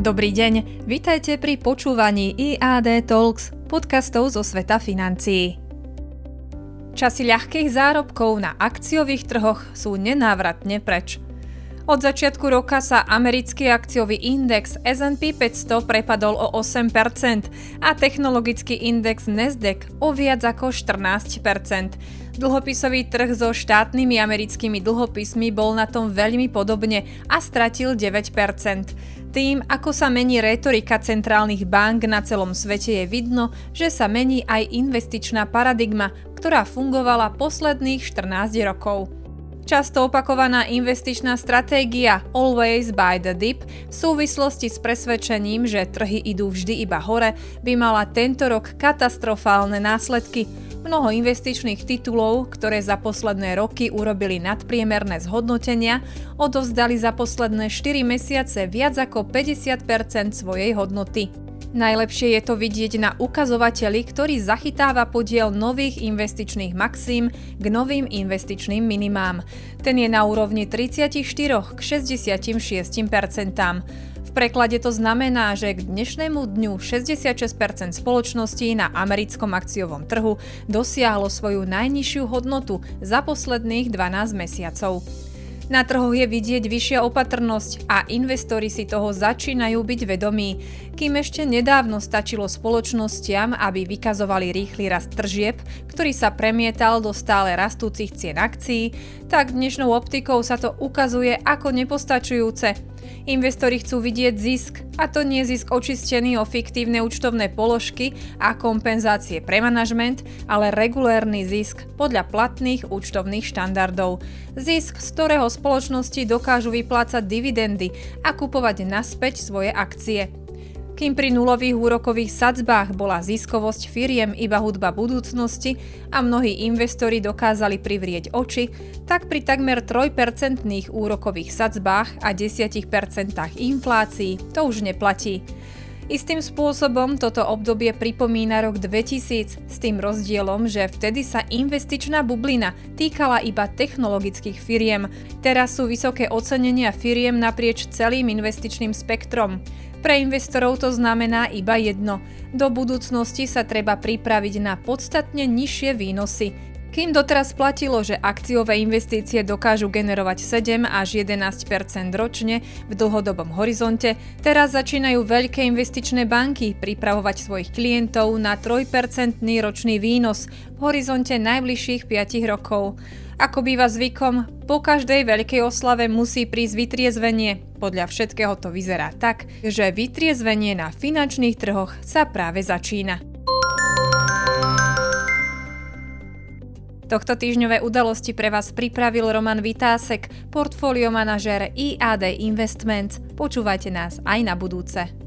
Dobrý deň, vitajte pri počúvaní IAD Talks, podcastov zo sveta financií. Časy ľahkých zárobkov na akciových trhoch sú nenávratne preč. Od začiatku roka sa americký akciový index S&P 500 prepadol o 8% a technologický index Nasdaq o viac ako 14%. Dlhopisový trh so štátnymi americkými dlhopismi bol na tom veľmi podobne a stratil 9%. Tým, ako sa mení rétorika centrálnych bank na celom svete, je vidno, že sa mení aj investičná paradigma, ktorá fungovala posledných 14 rokov. Často opakovaná investičná stratégia Always buy the dip v súvislosti s presvedčením, že trhy idú vždy iba hore, by mala tento rok katastrofálne následky. Mnoho investičných titulov, ktoré za posledné roky urobili nadpriemerné zhodnotenia, odovzdali za posledné 4 mesiace viac ako 50% svojej hodnoty. Najlepšie je to vidieť na ukazovateli, ktorý zachytáva podiel nových investičných maxím k novým investičným minimám. Ten je na úrovni 34 k 66%. V preklade to znamená, že k dnešnému dňu 66% spoločností na americkom akciovom trhu dosiahlo svoju najnižšiu hodnotu za posledných 12 mesiacov. Na trhoch je vidieť vyššia opatrnosť a investori si toho začínajú byť vedomí. Kým ešte nedávno stačilo spoločnostiam, aby vykazovali rýchly rast tržieb, ktorý sa premietal do stále rastúcich cien akcií, tak dnešnou optikou sa to ukazuje ako nepostačujúce. Investori chcú vidieť zisk, a to nie zisk očistený o fiktívne účtovné položky a kompenzácie pre manažment, ale regulérny zisk podľa platných účtovných štandardov. Zisk, z ktorého spoločnosti dokážu vyplácať dividendy a kupovať naspäť svoje akcie. Kým pri nulových úrokových sadzbách bola ziskovosť firiem iba hudba budúcnosti a mnohí investori dokázali privrieť oči, tak pri takmer 3% úrokových sadzbách a 10% inflácií to už neplatí. Istým spôsobom toto obdobie pripomína rok 2000 s tým rozdielom, že vtedy sa investičná bublina týkala iba technologických firiem. Teraz sú vysoké ocenenia firiem naprieč celým investičným spektrom. Pre investorov to znamená iba jedno. Do budúcnosti sa treba pripraviť na podstatne nižšie výnosy. Kým doteraz platilo, že akciové investície dokážu generovať 7 až 11% ročne v dlhodobom horizonte, teraz začínajú veľké investičné banky pripravovať svojich klientov na 3% ročný výnos v horizonte najbližších 5 rokov. Ako býva zvykom, po každej veľkej oslave musí prísť vytriezvenie. Podľa všetkého to vyzerá tak, že vytriezvenie na finančných trhoch sa práve začína. Tohto týždňové udalosti pre vás pripravil Roman Vitásek, portfóliomanažér IAD Investments. Počúvajte nás aj na budúce.